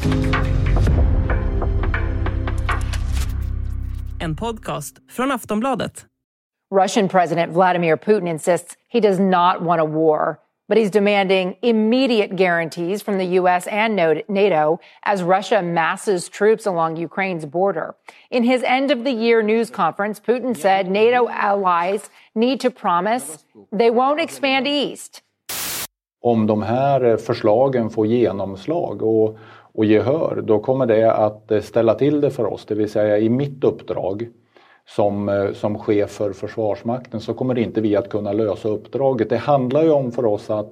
En podcast från Aftonbladet. Russian President Vladimir Putin insists he does not want a war, but he's demanding immediate guarantees from the U.S. and NATO as Russia masses troops along Ukraine's border. In his end-of-the-year news conference, Putin said NATO allies need to promise they won't expand east. Om de här förslagen får genomslag och gehör, då kommer det att ställa till det för oss. Det vill säga i mitt uppdrag som chef för Försvarsmakten så kommer inte vi att kunna lösa uppdraget. Det handlar ju om för oss att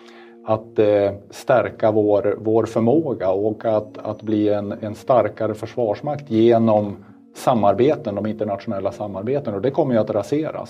stärka vår förmåga och att bli en starkare försvarsmakt genom samarbeten, de internationella samarbeten, och det kommer ju att raseras.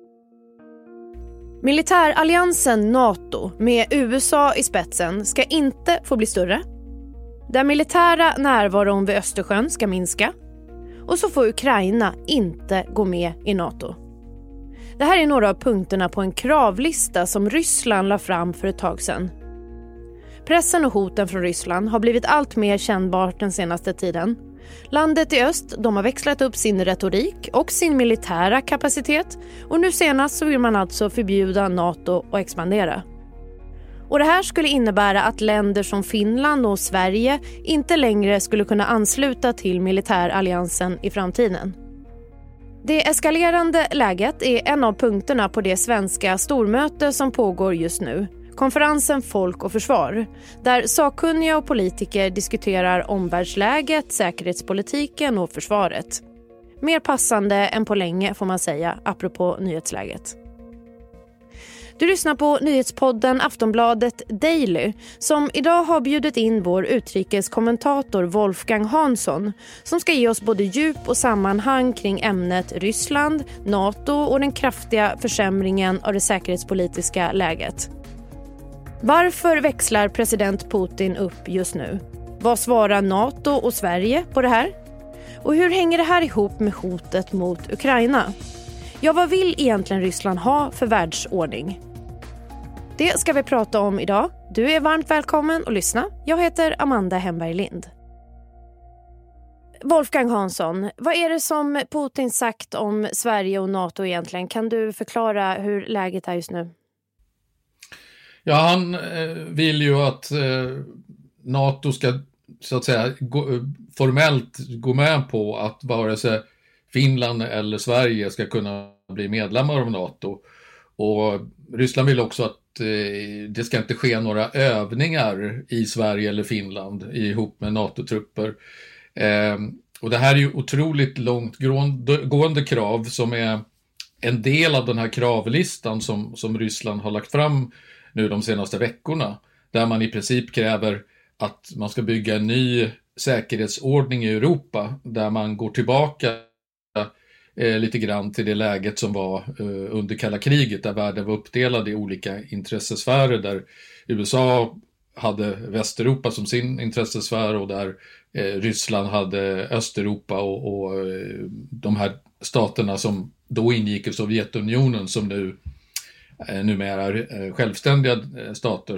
Militäralliansen NATO med USA i spetsen ska inte få bli större. Den militära närvaron vid Östersjön ska minska. Och så får Ukraina inte gå med i NATO. Det här är några av punkterna på en kravlista som Ryssland la fram för ett tag sedan. Pressen och hoten från Ryssland har blivit allt mer kännbart den senaste tiden. Landet i öst, de har växlat upp sin retorik och sin militära kapacitet, och nu senast så vill man alltså förbjuda NATO att expandera. Och det här skulle innebära att länder som Finland och Sverige inte längre skulle kunna ansluta till militäralliansen i framtiden. Det eskalerande läget är en av punkterna på det svenska stormöte som pågår just nu. Konferensen Folk och Försvar, där sakkunniga och politiker diskuterar omvärldsläget, säkerhetspolitiken och försvaret. Mer passande än på länge får man säga, apropå nyhetsläget. Du lyssnar på nyhetspodden Aftonbladet Daily som idag har bjudit in vår utrikeskommentator Wolfgang Hansson som ska ge oss både djup och sammanhang kring ämnet Ryssland, NATO och den kraftiga försämringen av det säkerhetspolitiska läget. Varför växlar president Putin upp just nu? Vad svarar NATO och Sverige på det här? Och hur hänger det här ihop med hotet mot Ukraina? Ja, vad vill egentligen Ryssland ha för världsordning? Det ska vi prata om idag. Du är varmt välkommen att lyssna. Jag heter Amanda Hemberg Lind. Wolfgang Hansson, vad är det som Putin sagt om Sverige och NATO egentligen? Kan du förklara hur läget är just nu? Ja, han vill ju att NATO ska så att säga formellt gå med på att vare sig Finland eller Sverige ska kunna bli medlemmar av NATO. Och Ryssland vill också att det ska inte ske några övningar i Sverige eller Finland ihop med NATO-trupper. Och det här är ju otroligt långtgående krav som är en del av den här kravlistan som Ryssland har lagt fram nu de senaste veckorna. Där man i princip kräver att man ska bygga en ny säkerhetsordning i Europa där man går tillbaka lite grann till det läget som var under kalla kriget, där världen var uppdelad i olika intressesfärer, där USA hade Västeuropa som sin intressesfär och där Ryssland hade Östeuropa och de här staterna som då ingick i Sovjetunionen som numera är självständiga stater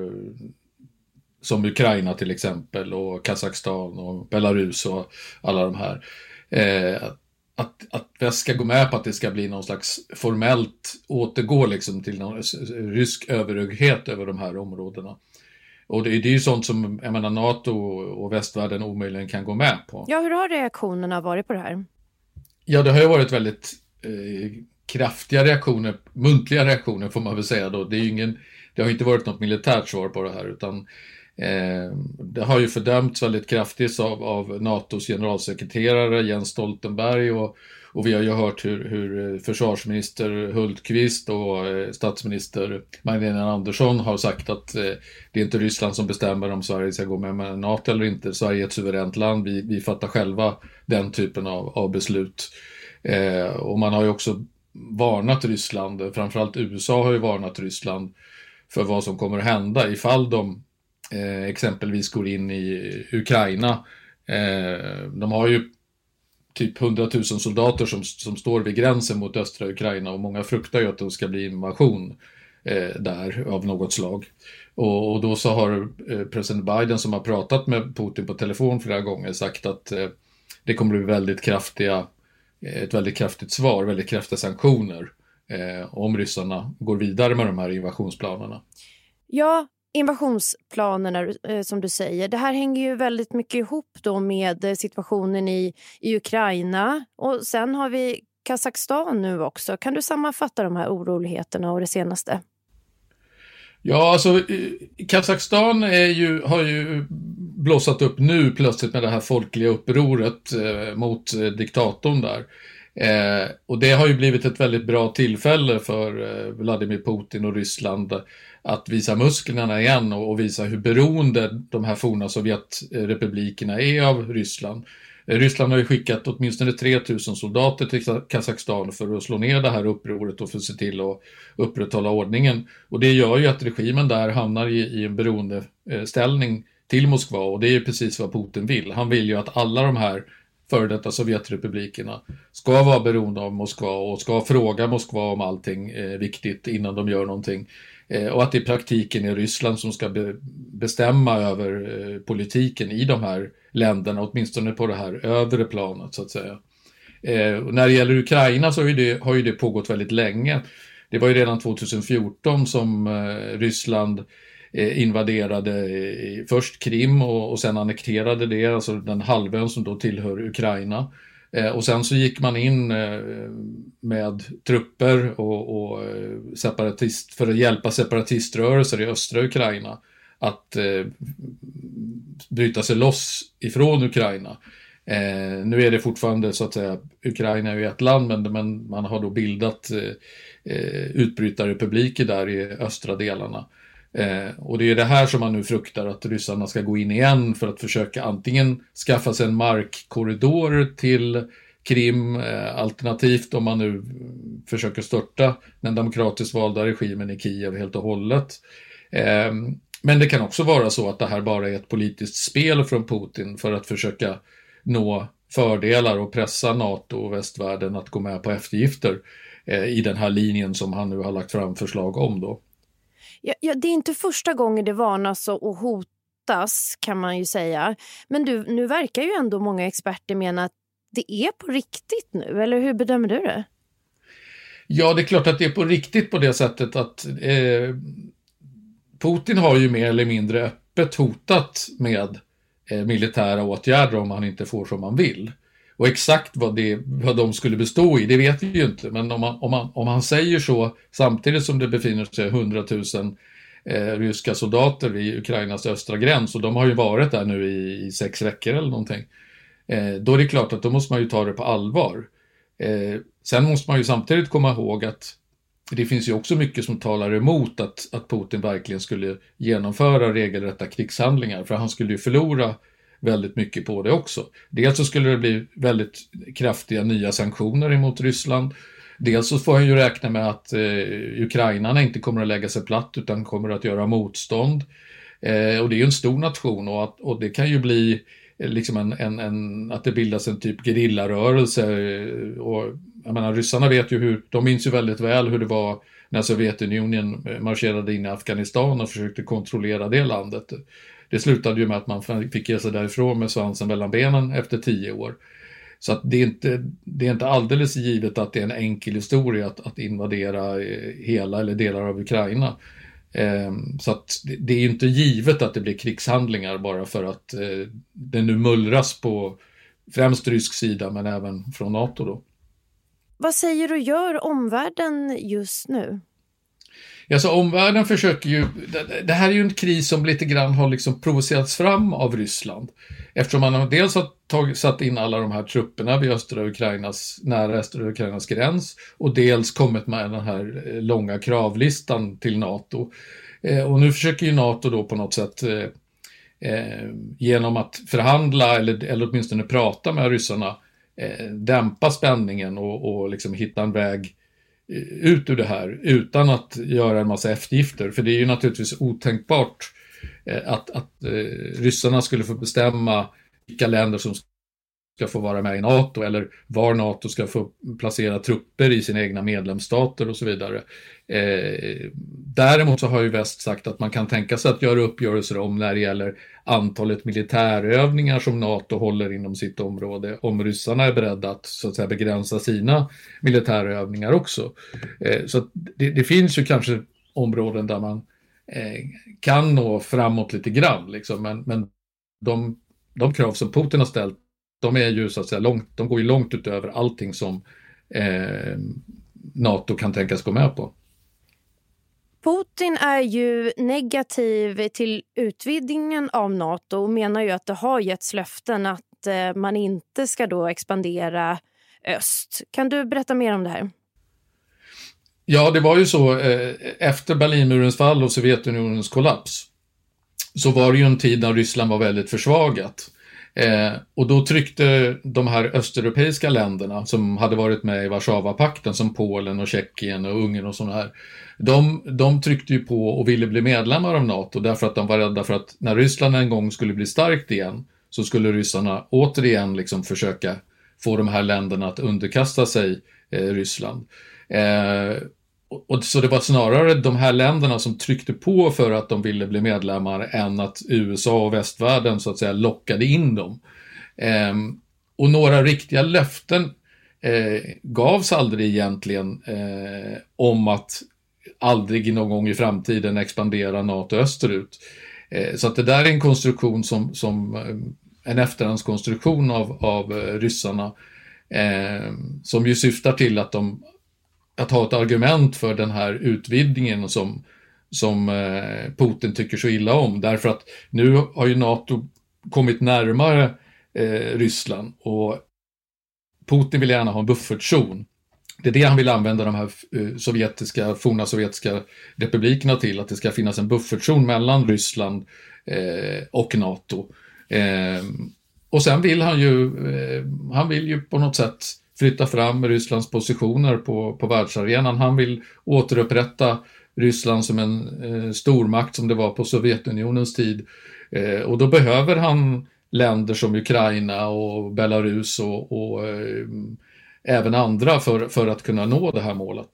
som Ukraina till exempel och Kazakstan och Belarus och alla de här. Att väst ska gå med på att det ska bli någon slags formellt återgå liksom till någon rysk överhöghet över de här områdena. Och det är ju sånt som jag menar, NATO och västvärlden omöjligen kan gå med på. Ja, hur har reaktionerna varit på det här? Ja, det har ju varit väldigt kraftiga reaktioner, muntliga reaktioner får man väl säga då. Det har inte varit något militärt svar på det här, utan det har ju fördömts väldigt kraftigt av NATOs generalsekreterare Jens Stoltenberg och vi har ju hört hur försvarsminister Hultqvist och statsminister Magdalena Andersson har sagt att det är inte Ryssland som bestämmer om Sverige ska gå med NATO eller inte. Sverige är ett suveränt land, vi fattar själva den typen av beslut. Och man har ju också varnat Ryssland, framförallt USA har ju varnat Ryssland för vad som kommer att hända ifall de exempelvis går in i Ukraina. De har ju typ 100 000 soldater som står vid gränsen mot östra Ukraina och många fruktar ju att det ska bli invasion. där av något slag. Och då så har president Biden, som har pratat med Putin på telefon flera gånger, sagt att det kommer bli ett väldigt kraftigt svar, väldigt kraftiga sanktioner om ryssarna går vidare med de här invasionsplanerna. Ja, invasionsplanerna som du säger, det här hänger ju väldigt mycket ihop då med situationen i Ukraina, och sen har vi Kazakstan nu också. Kan du sammanfatta de här oroligheterna och det senaste? Ja, alltså Kazakstan har ju blossat upp nu plötsligt med det här folkliga upproret mot diktatorn där. Och det har ju blivit ett väldigt bra tillfälle för Vladimir Putin och Ryssland att visa musklerna igen och visa hur beroende de här forna Sovjetrepublikerna är av Ryssland. Ryssland har ju skickat åtminstone 3000 soldater till Kazakstan för att slå ner det här upproret och för att se till att upprätthålla ordningen. Och det gör ju att regimen där hamnar i en beroendeställning till Moskva, och det är ju precis vad Putin vill. Han vill ju att alla de här före detta Sovjetrepublikerna ska vara beroende av Moskva och ska fråga Moskva om allting viktigt innan de gör någonting. Och att det i praktiken är Ryssland som ska bestämma över politiken i de här länderna, åtminstone på det här övre planet så att säga. Och när det gäller Ukraina så har ju det pågått väldigt länge. Det var ju redan 2014 som Ryssland invaderade först Krim och sen annekterade det, alltså den halvön som då tillhör Ukraina. Och sen så gick man in med trupper och för att hjälpa separatiströrelser i östra Ukraina att bryta sig loss ifrån Ukraina. Nu är det fortfarande så att säga, Ukraina är ju ett land, men man har då bildat utbrytarrepubliker där i östra delarna. Och det är det här som man nu fruktar, att ryssarna ska gå in igen för att försöka antingen skaffa sig en markkorridor till Krim, alternativt om man nu försöker störta den demokratiskt valda regimen i Kiev helt och hållet. Men det kan också vara så att det här bara är ett politiskt spel från Putin för att försöka nå fördelar och pressa NATO och västvärlden att gå med på eftergifter i den här linjen som han nu har lagt fram förslag om då. Ja, det är inte första gången det varnas och hotas, kan man ju säga. Men nu verkar ju ändå många experter mena att det är på riktigt nu, eller hur bedömer du det? Ja, det är klart att det är på riktigt på det sättet att Putin har ju mer eller mindre öppet hotat med militära åtgärder om han inte får som han vill. Och exakt vad de skulle bestå i, det vet vi ju inte. Men om han säger så samtidigt som det befinner sig 100 000 ryska soldater vid Ukrainas östra gräns, och de har ju varit där nu i 6 veckor eller någonting, då är det klart att då måste man ju ta det på allvar. Sen måste man ju samtidigt komma ihåg att det finns ju också mycket som talar emot att Putin verkligen skulle genomföra regelrätta krigshandlingar, för han skulle ju förlora väldigt mycket på det också. Dels så skulle det bli väldigt kraftiga nya sanktioner emot Ryssland. Dels så får han ju räkna med att ukrainarna inte kommer att lägga sig platt utan kommer att göra motstånd. Och det är ju en stor nation, och det kan ju bli liksom att det bildas en typ gerillarörelse. Och jag menar, ryssarna vet ju de minns ju väldigt väl hur det var när Sovjetunionen marscherade in i Afghanistan och försökte kontrollera det landet. Det slutade ju med att man fick ge sig därifrån med svansen mellan benen efter 10 år. Så att det är inte alldeles givet att det är en enkel historia att invadera hela eller delar av Ukraina. Så att det är ju inte givet att det blir krigshandlingar bara för att det nu mullras på främst rysk sida, men även från NATO då. Vad säger och gör omvärlden just nu? Ja, så omvärlden försöker ju, det här är ju en kris som lite grann har liksom provocerats fram av Ryssland. Eftersom man dels har satt in alla de här trupperna vid nära östra Ukrainas gräns, och dels kommit med den här långa kravlistan till NATO. Och nu försöker ju NATO då på något sätt genom att förhandla eller åtminstone prata med ryssarna dämpa spänningen och liksom hitta en väg ut ur det här utan att göra en massa eftergifter. För det är ju naturligtvis otänkbart att ryssarna skulle få bestämma vilka länder som ska få vara med i NATO eller var NATO ska få placera trupper i sina egna medlemsstater och så vidare. Däremot så har ju väst sagt att man kan tänka sig att göra uppgörelser om när det gäller antalet militärövningar som NATO håller inom sitt område, om ryssarna är beredda att så att säga begränsa sina militärövningar också. Så att det finns ju kanske områden där man kan nå framåt lite grann liksom, men de krav som Putin har ställt, de är ju så att säga de går ju långt utöver allting som NATO kan tänkas gå med på. Putin är ju negativ till utvidgningen av NATO och menar ju att det har getts löften att man inte ska då expandera öst. Kan du berätta mer om det här? Ja, det var ju så efter Berlinmurens fall och Sovjetunionens kollaps så var det ju en tid när Ryssland var väldigt försvagat. Och då tryckte de här östeuropeiska länderna som hade varit med i Warszawapakten som Polen och Tjeckien och Ungern och sådana här. De tryckte ju på och ville bli medlemmar av NATO därför att de var rädda för att när Ryssland en gång skulle bli starkt igen så skulle ryssarna återigen liksom försöka få de här länderna att underkasta sig Ryssland. Och så det var snarare de här länderna som tryckte på för att de ville bli medlemmar än att USA och västvärlden så att säga lockade in dem. Och några riktiga löften gavs aldrig egentligen om att aldrig någon gång i framtiden expandera NATO österut. Så att det där är en konstruktion som en efterhandskonstruktion av ryssarna som ju syftar till att ha ett argument för den här utvidgningen som Putin tycker så illa om. Därför att nu har ju NATO kommit närmare Ryssland och Putin vill gärna ha en buffertzon. Det är det han vill använda de här forna sovjetiska republikerna till, att det ska finnas en buffertzon mellan Ryssland och NATO. Och sen vill han vill ju på något sätt flytta fram Rysslands positioner på världsarenan. Han vill återupprätta Ryssland som en stormakt som det var på Sovjetunionens tid. Och då behöver han länder som Ukraina och Belarus och även andra för att kunna nå det här målet.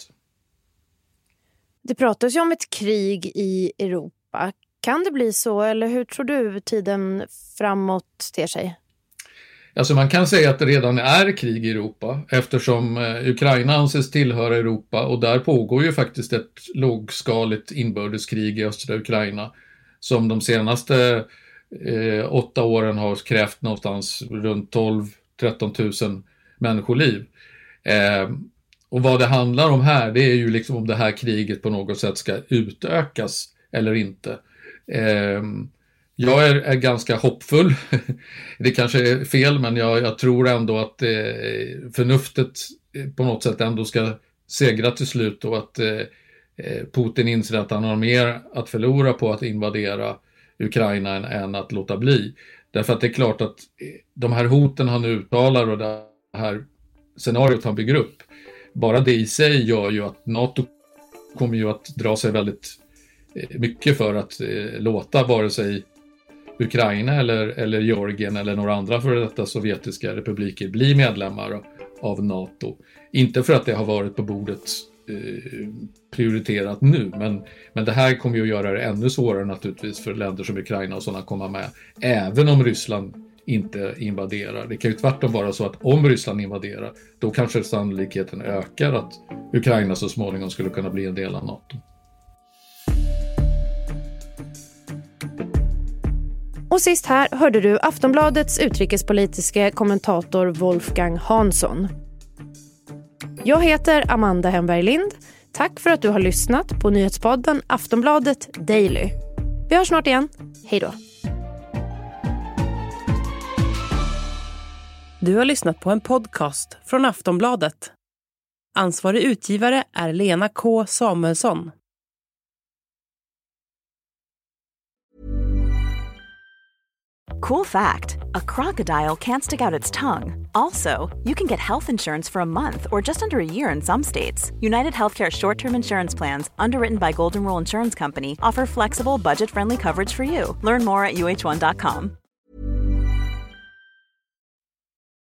Det pratas ju om ett krig i Europa. Kan det bli så, eller hur tror du tiden framåt ter sig? Alltså man kan säga att det redan är krig i Europa eftersom Ukraina anses tillhöra Europa och där pågår ju faktiskt ett lågskaligt inbördeskrig i östra Ukraina som de senaste 8 åren har krävt någonstans runt 12-13 000 människoliv. Och vad det handlar om här, det är ju liksom om det här kriget på något sätt ska utökas eller inte. Jag är ganska hoppfull. Det kanske är fel, men jag tror ändå att förnuftet på något sätt ändå ska segra till slut och att Putin inser att han har mer att förlora på att invadera Ukraina än att låta bli. Därför att det är klart att de här hoten han uttalar och det här scenariot han bygger upp, bara det i sig gör ju att NATO kommer ju att dra sig väldigt mycket för att låta vare sig Ukraina eller Georgien eller några andra för detta sovjetiska republiker bli medlemmar av NATO. Inte för att det har varit på bordet prioriterat nu, men det här kommer ju att göra det ännu svårare naturligtvis för länder som Ukraina och sådana komma med, även om Ryssland inte invaderar. Det kan ju tvärtom vara så att om Ryssland invaderar, då kanske sannolikheten ökar att Ukraina så småningom skulle kunna bli en del av NATO. Och sist här hörde du Aftonbladets utrikespolitiska kommentator Wolfgang Hansson. Jag heter Amanda Hemberg Lind. Tack för att du har lyssnat på nyhetspodden Aftonbladet Daily. Vi hörs snart igen. Hej då. Du har lyssnat på en podcast från Aftonbladet. Ansvarig utgivare är Lena K. Samuelsson. Cool fact, a crocodile can't stick out its tongue. Also, you can get health insurance for a month or just under a year in some states. United Healthcare short-term insurance plans, underwritten by Golden Rule Insurance Company, offer flexible, budget-friendly coverage for you. Learn more at uh1.com.